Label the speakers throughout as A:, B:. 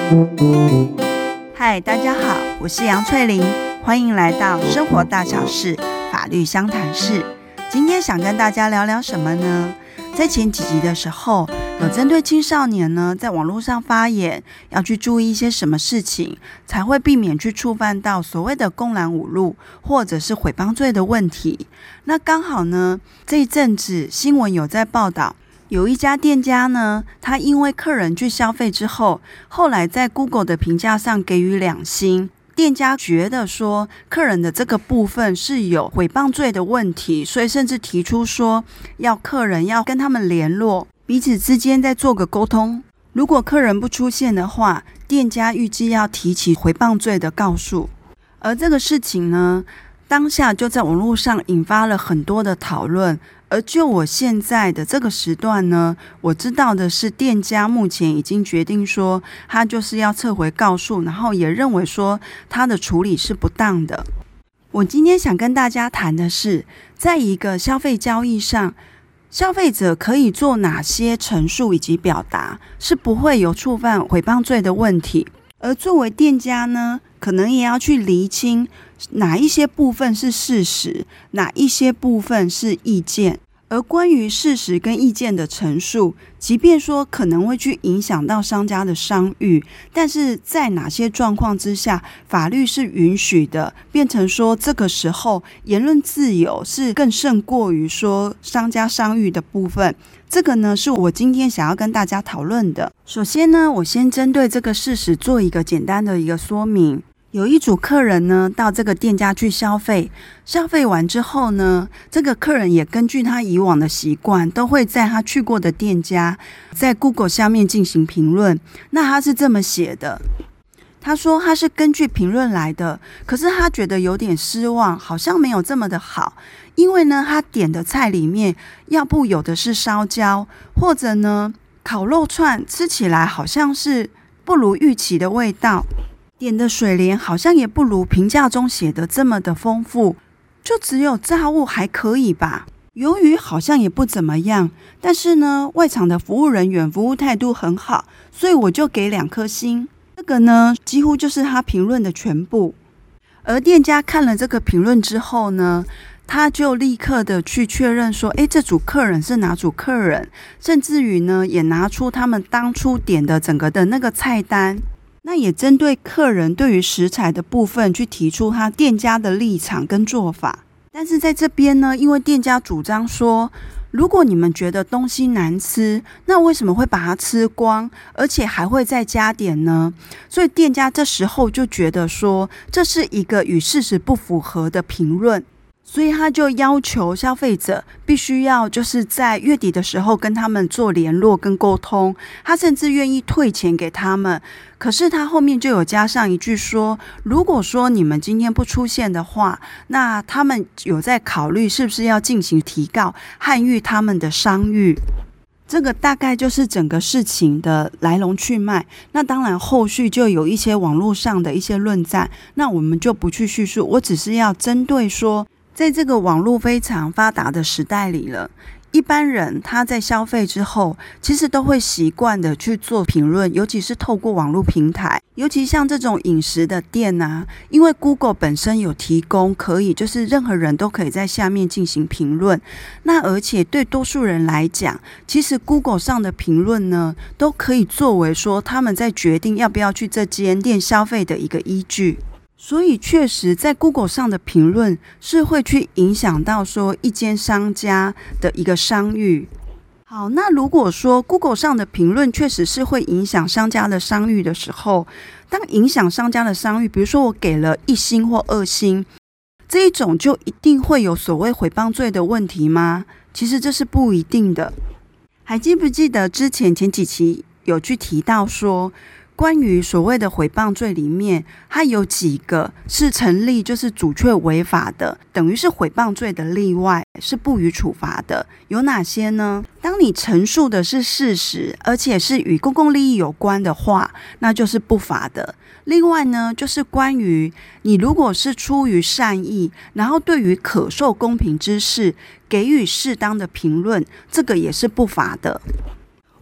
A: 嗨，大家好，我是杨翠玲，欢迎来到生活大小事法律相谈室。今天想跟大家聊聊什么呢？在前几集的时候，有针对青少年呢在网络上发言，要去注意一些什么事情，才会避免去触犯到所谓的公然侮辱或者是诽谤罪的问题。那刚好呢，这一阵子新闻有在报道，有一家店家呢，他因为客人去消费之后，后来在 Google 的评价上给予2星。店家觉得说客人的这个部分是有诽谤罪的问题，所以甚至提出说要客人要跟他们联络，彼此之间再做个沟通。如果客人不出现的话，店家预计要提起诽谤罪的告诉。而这个事情呢，当下就在网络上引发了很多的讨论。而就我现在的这个时段呢，我知道的是店家目前已经决定说他就是要撤回告诉，然后也认为说他的处理是不当的。我今天想跟大家谈的是，在一个消费交易上，消费者可以做哪些陈述以及表达是不会有触犯诽谤罪的问题。而作为店家呢，可能也要去厘清哪一些部分是事实，哪一些部分是意见。而关于事实跟意见的陈述，即便说可能会去影响到商家的商誉，但是在哪些状况之下法律是允许的，变成说这个时候言论自由是更胜过于说商家商誉的部分。这个呢，是我今天想要跟大家讨论的。首先呢，我先针对这个事实做一个简单的一个说明。有一组客人呢，到这个店家去消费，消费完之后呢，这个客人也根据他以往的习惯，都会在他去过的店家，在 Google 下面进行评论。那他是这么写的，他说他是根据评论来的，可是他觉得有点失望，好像没有这么的好。因为呢，他点的菜里面，要不有的是烧焦，或者呢，烤肉串吃起来好像是不如预期的味道。点的水莲好像也不如评价中写的这么的丰富，就只有炸物还可以吧。鱿鱼好像也不怎么样，但是呢，外场的服务人员服务态度很好，所以我就给2颗星。这个呢，几乎就是他评论的全部。而店家看了这个评论之后呢，他就立刻的去确认说，这组客人是哪组客人，甚至于呢，也拿出他们当初点的整个的那个菜单。那也针对客人对于食材的部分去提出他店家的立场跟做法。但是在这边呢，因为店家主张说，如果你们觉得东西难吃，那为什么会把它吃光，而且还会再加点呢？所以店家这时候就觉得说，这是一个与事实不符合的评论。所以他就要求消费者必须要就是在月底的时候跟他们做联络跟沟通，他甚至愿意退钱给他们。可是他后面就有加上一句说，如果说你们今天不出现的话，那他们有在考虑是不是要进行提告，捍卫他们的商誉。这个大概就是整个事情的来龙去脉。那当然后续就有一些网络上的一些论战，那我们就不去叙述，我只是要针对说，在这个网络非常发达的时代里了，一般人他在消费之后，其实都会习惯的去做评论，尤其是透过网络平台，尤其像这种饮食的店啊，因为 Google 本身有提供可以就是任何人都可以在下面进行评论。那而且对多数人来讲，其实 Google 上的评论呢，都可以作为说他们在决定要不要去这间店消费的一个依据。所以确实在 Google 上的评论是会去影响到说一间商家的一个商誉。好，那如果说 Google 上的评论确实是会影响商家的商誉的时候，当影响商家的商誉，比如说我给了1星或2星，这一种就一定会有所谓诽谤罪的问题吗？其实这是不一定的。还记不记得之前几期有去提到说，关于所谓的诽谤罪里面，它有几个是成立就是阻却违法的，等于是诽谤罪的例外，是不予处罚的。有哪些呢？当你陈述的是事实，而且是与公共利益有关的话，那就是不罚的。另外呢，就是关于你如果是出于善意，然后对于可受公平之事给予适当的评论，这个也是不罚的。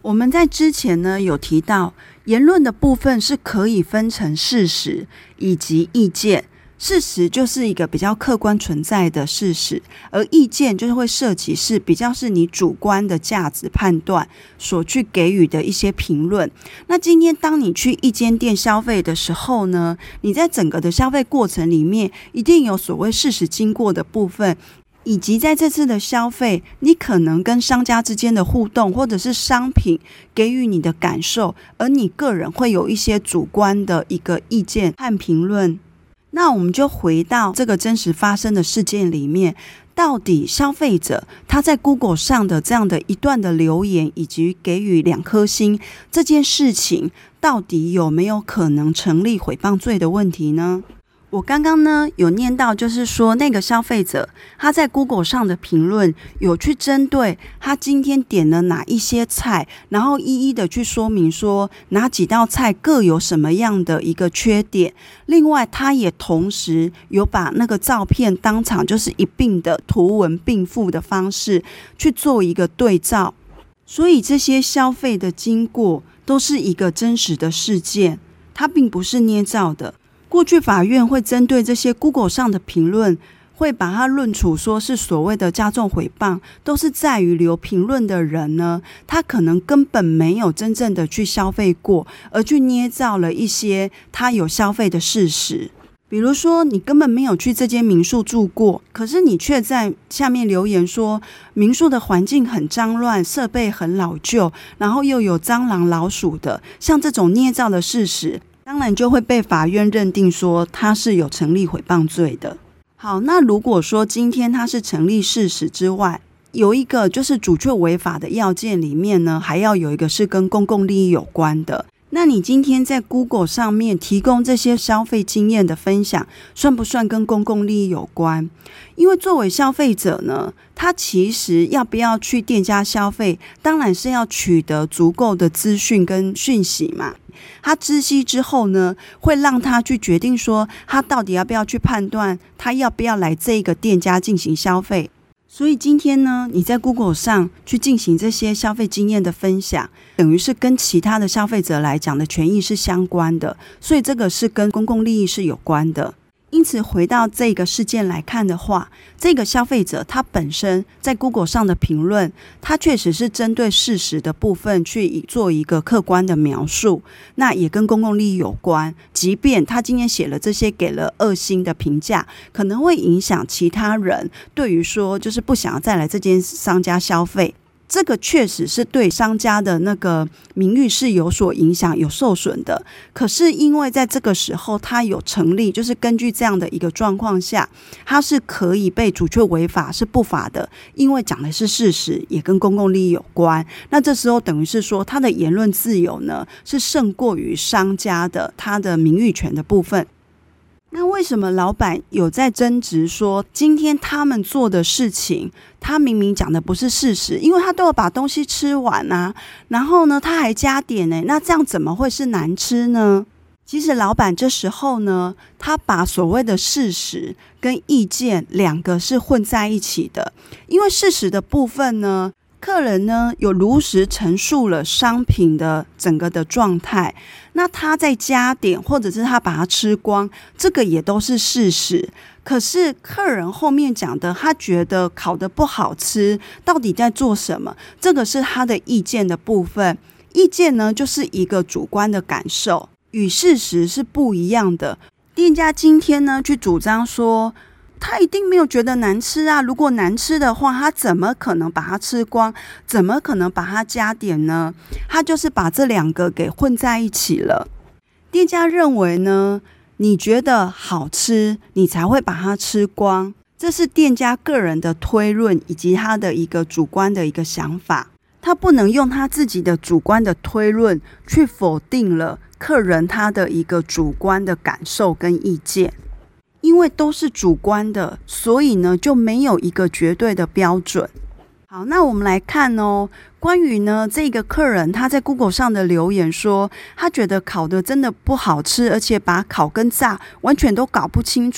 A: 我们在之前呢有提到，言论的部分是可以分成事实以及意见。事实就是一个比较客观存在的事实，而意见就是会涉及是比较是你主观的价值判断所去给予的一些评论。那今天当你去一间店消费的时候呢，你在整个的消费过程里面一定有所谓事实经过的部分，以及在这次的消费你可能跟商家之间的互动，或者是商品给予你的感受，而你个人会有一些主观的一个意见和评论。那我们就回到这个真实发生的事件里面，到底消费者他在 Google 上的这样的一段的留言以及给予2颗星这件事情，到底有没有可能成立诽谤罪的问题呢？我刚刚呢有念到，就是说那个消费者他在 Google 上的评论有去针对他今天点了哪一些菜，然后一一的去说明说哪几道菜各有什么样的一个缺点。另外他也同时有把那个照片当场就是一并的图文并附的方式去做一个对照，所以这些消费的经过都是一个真实的事件，它并不是捏造的。过去法院会针对这些 Google 上的评论，会把它论处说是所谓的加重诽谤，都是在于留评论的人呢，他可能根本没有真正的去消费过，而去捏造了一些他有消费的事实。比如说你根本没有去这间民宿住过，可是你却在下面留言说民宿的环境很脏乱，设备很老旧，然后又有蟑螂老鼠的，像这种捏造的事实，当然就会被法院认定说他是有成立诽谤罪的。好，那如果说今天他是成立事实之外，有一个就是阻却违法的要件里面呢，还要有一个是跟公共利益有关的。那你今天在 Google 上面提供这些消费经验的分享，算不算跟公共利益有关？因为作为消费者呢，他其实要不要去店家消费，当然是要取得足够的资讯跟讯息嘛。他知悉之后呢，会让他去决定说他到底要不要去判断他要不要来这个店家进行消费。所以今天呢，你在 Google 上去进行这些消费经验的分享，等于是跟其他的消费者来讲的权益是相关的，所以这个是跟公共利益是有关的。因此回到这个事件来看的话，这个消费者他本身在 Google 上的评论，他确实是针对事实的部分去做一个客观的描述，那也跟公共利益有关。即便他今天写了这些给了2星的评价，可能会影响其他人对于说就是不想要再来这间商家消费，这个确实是对商家的那个名誉是有所影响、有受损的。可是因为在这个时候他有成立，就是根据这样的一个状况下，他是可以被阻却违法，是不法的，因为讲的是事实，也跟公共利益有关。那这时候等于是说他的言论自由呢，是胜过于商家的他的名誉权的部分。那为什么老板有在争执说今天他们做的事情他明明讲的不是事实，因为他都有把东西吃完啊，然后呢他还加点呢，那这样怎么会是难吃呢？其实老板这时候呢，他把所谓的事实跟意见2个是混在一起的。因为事实的部分呢，客人呢有如实陈述了商品的整个的状态，那他在加点或者是他把它吃光，这个也都是事实。可是客人后面讲的他觉得烤得不好吃，到底在做什么，这个是他的意见的部分。意见呢就是一个主观的感受，与事实是不一样的。店家今天呢去主张说他一定没有觉得难吃啊，如果难吃的话他怎么可能把它吃光，怎么可能把它加点呢？他就是把这2个给混在一起了。店家认为呢，你觉得好吃你才会把它吃光，这是店家个人的推论以及他的一个主观的一个想法，他不能用他自己的主观的推论去否定了客人他的一个主观的感受跟意见。因为都是主观的，所以呢就没有一个绝对的标准。好，那我们来看哦，关于呢这个客人他在 Google 上的留言说，他觉得烤的真的不好吃，而且把烤跟炸完全都搞不清楚。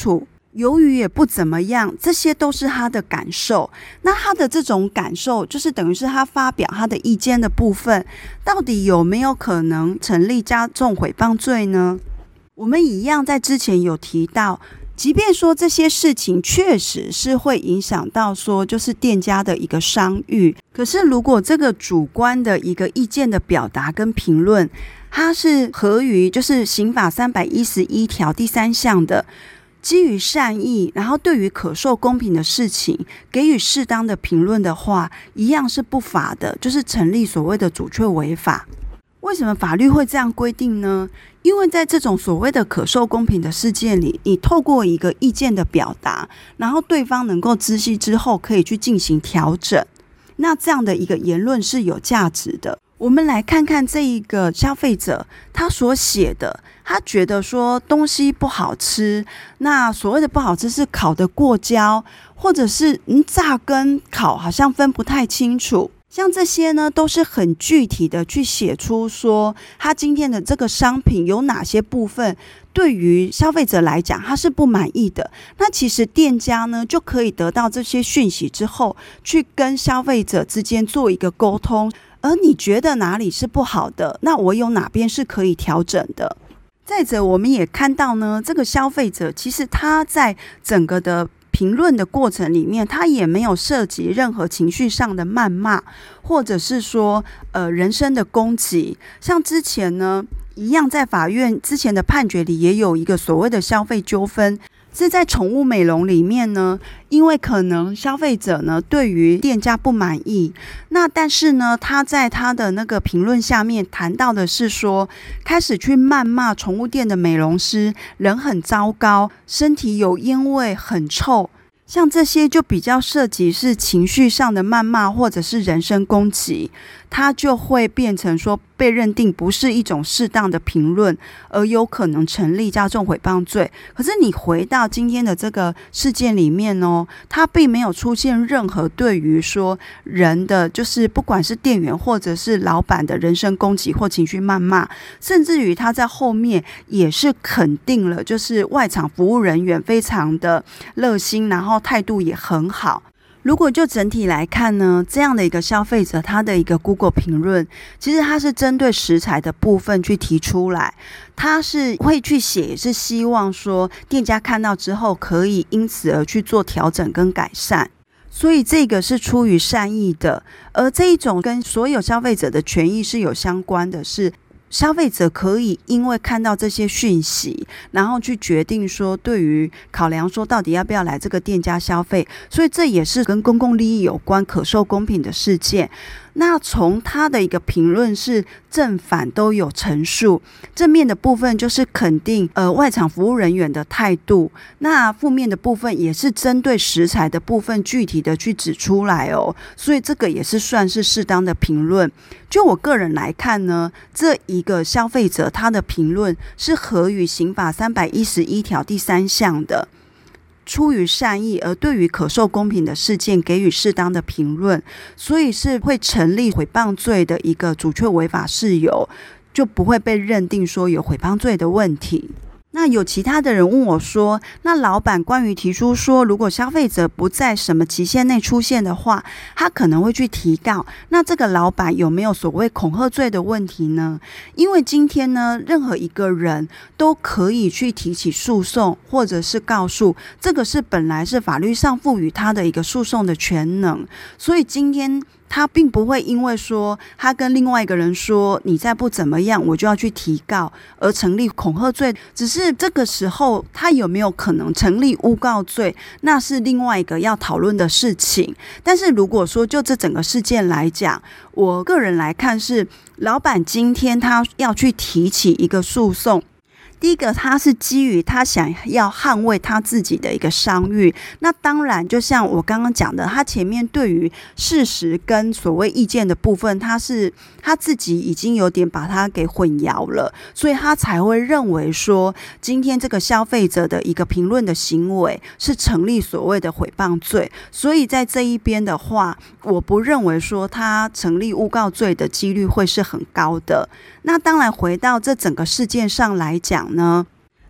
A: 由于也不怎么样，这些都是他的感受。那他的这种感受，就是等于是他发表他的意见的部分，到底有没有可能成立加重诽谤罪呢？我们一样在之前有提到，即便说这些事情确实是会影响到说就是店家的一个商誉，可是如果这个主观的一个意见的表达跟评论，它是合于就是刑法311条第3项的，基于善意，然后对于可受公平的事情给予适当的评论的话，一样是不法的，就是成立所谓的阻却违法。为什么法律会这样规定呢？因为在这种所谓的可受公平的事件里，你透过一个意见的表达，然后对方能够知悉之后可以去进行调整，那这样的一个言论是有价值的。我们来看看这一个消费者他所写的，他觉得说东西不好吃，那所谓的不好吃是烤得过焦，或者是炸跟烤好像分不太清楚，像这些呢都是很具体的去写出说他今天的这个商品有哪些部分对于消费者来讲他是不满意的，那其实店家呢就可以得到这些讯息之后，去跟消费者之间做一个沟通，而你觉得哪里是不好的，那我有哪边是可以调整的。再者我们也看到呢，这个消费者其实他在整个的评论的过程里面，他也没有涉及任何情绪上的谩骂，或者是说人身的攻击。像之前呢一样，在法院之前的判决里也有一个所谓的消费纠纷，是在宠物美容里面呢，因为可能消费者呢对于店家不满意，那但是呢他在他的那个评论下面谈到的是说，开始去谩骂宠物店的美容师人很糟糕，身体有烟味，很臭，像这些就比较涉及是情绪上的谩骂或者是人身攻击，它就会变成说被认定不是一种适当的评论，而有可能成立加重诽谤罪。可是你回到今天的这个事件里面哦，它并没有出现任何对于说人的就是不管是店员或者是老板的人身攻击或情绪谩骂，甚至于他在后面也是肯定了就是外场服务人员非常的热心，然后态度也很好。如果就整体来看呢，这样的一个消费者他的一个 Google 评论，其实他是针对食材的部分去提出来，他是会去写，也是希望说店家看到之后可以因此而去做调整跟改善，所以这个是出于善意的。而这一种跟所有消费者的权益是有相关的，是消费者可以因为看到这些讯息，然后去决定说对于考量说到底要不要来这个店家消费，所以这也是跟公共利益有关可受公平的事件。那从他的一个评论是正反都有陈述，正面的部分就是肯定外场服务人员的态度，那负面的部分也是针对食材的部分具体的去指出来哦，所以这个也是算是适当的评论。就我个人来看呢，这一个消费者他的评论是合于刑法311条第3项的，出于善意而对于可受公平的事件给予适当的评论，所以是会成立诽谤罪的一个阻却违法事由，就不会被认定说有诽谤罪的问题。那有其他的人问我说，那老板关于提出说如果消费者不在什么期限内出现的话，他可能会去提告，那这个老板有没有所谓恐吓罪的问题呢？因为今天呢，任何一个人都可以去提起诉讼或者是告诉，这个是本来是法律上赋予他的一个诉讼的权能，所以今天他并不会因为说他跟另外一个人说你再不怎么样我就要去提告而成立恐吓罪，只是这个时候他有没有可能成立诬告罪，那是另外一个要讨论的事情。但是如果说就这整个事件来讲，我个人来看是老板今天他要去提起一个诉讼，第一个他是基于他想要捍卫他自己的一个商誉，那当然就像我刚刚讲的，他前面对于事实跟所谓意见的部分，他自己已经有点把它给混淆了，所以他才会认为说今天这个消费者的一个评论的行为是成立所谓的诽谤罪，所以在这一边的话，我不认为说他成立诬告罪的几率会是很高的。那当然回到这整个事件上来讲呢，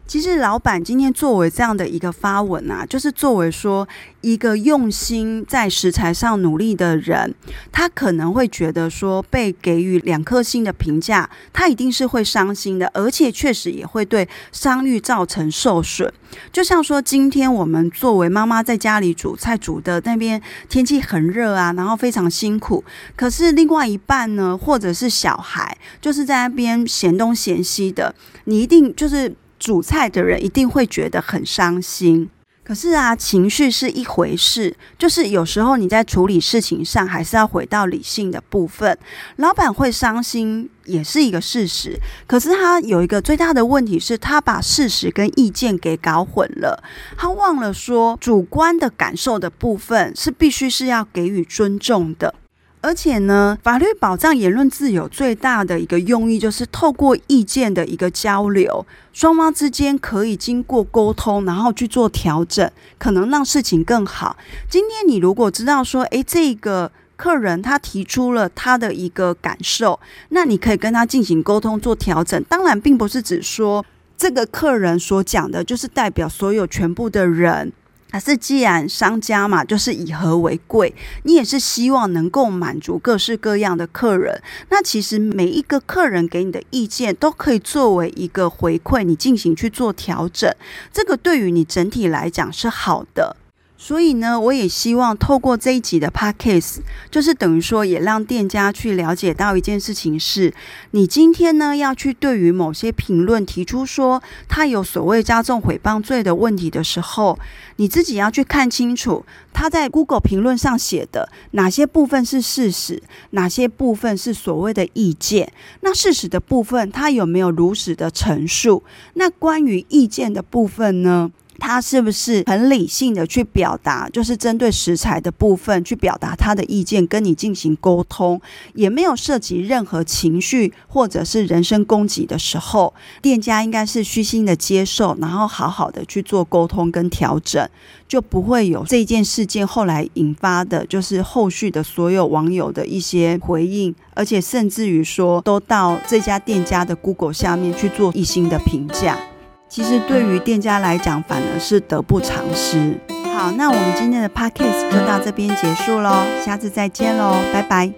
A: 其实老板今天作为这样的一个发文啊，就是作为说一个用心在食材上努力的人，他可能会觉得说被给予2颗星的评价，他一定是会伤心的，而且确实也会对商誉造成受损。就像说今天我们作为妈妈在家里煮菜，煮的那边天气很热啊，然后非常辛苦，可是另外一半呢，或者是小孩就是在那边嫌东嫌西的，你一定就是煮菜的人一定会觉得很伤心。可是啊，情绪是一回事，就是有时候你在处理事情上还是要回到理性的部分。老板会伤心也是一个事实，可是他有一个最大的问题是，他把事实跟意见给搞混了，他忘了说主观的感受的部分是必须是要给予尊重的。而且呢，法律保障言论自由最大的一个用意，就是透过意见的一个交流，双方之间可以经过沟通，然后去做调整，可能让事情更好。今天你如果知道说，这个客人他提出了他的一个感受，那你可以跟他进行沟通做调整。当然并不是指说这个客人所讲的就是代表所有全部的人，可是既然商家嘛，就是以和为贵，你也是希望能够满足各式各样的客人，那其实每一个客人给你的意见都可以作为一个回馈，你进行去做调整，这个对于你整体来讲是好的。所以呢，我也希望透过这一集的 podcast， 就是等于说也让店家去了解到一件事情是，你今天呢要去对于某些评论提出说他有所谓加重诽谤罪的问题的时候，你自己要去看清楚他在 Google 评论上写的哪些部分是事实，哪些部分是所谓的意见。那事实的部分他有没有如实的陈述，那关于意见的部分呢，他是不是很理性的去表达，就是针对食材的部分去表达他的意见，跟你进行沟通，也没有涉及任何情绪或者是人身攻击的时候，店家应该是虚心的接受，然后好好的去做沟通跟调整，就不会有这件事件后来引发的就是后续的所有网友的一些回应，而且甚至于说都到这家店家的 Google 下面去做一星的评价。其实对于店家来讲反而是得不偿失。好，那我们今天的 podcast 就到这边结束咯，下次再见咯，拜拜。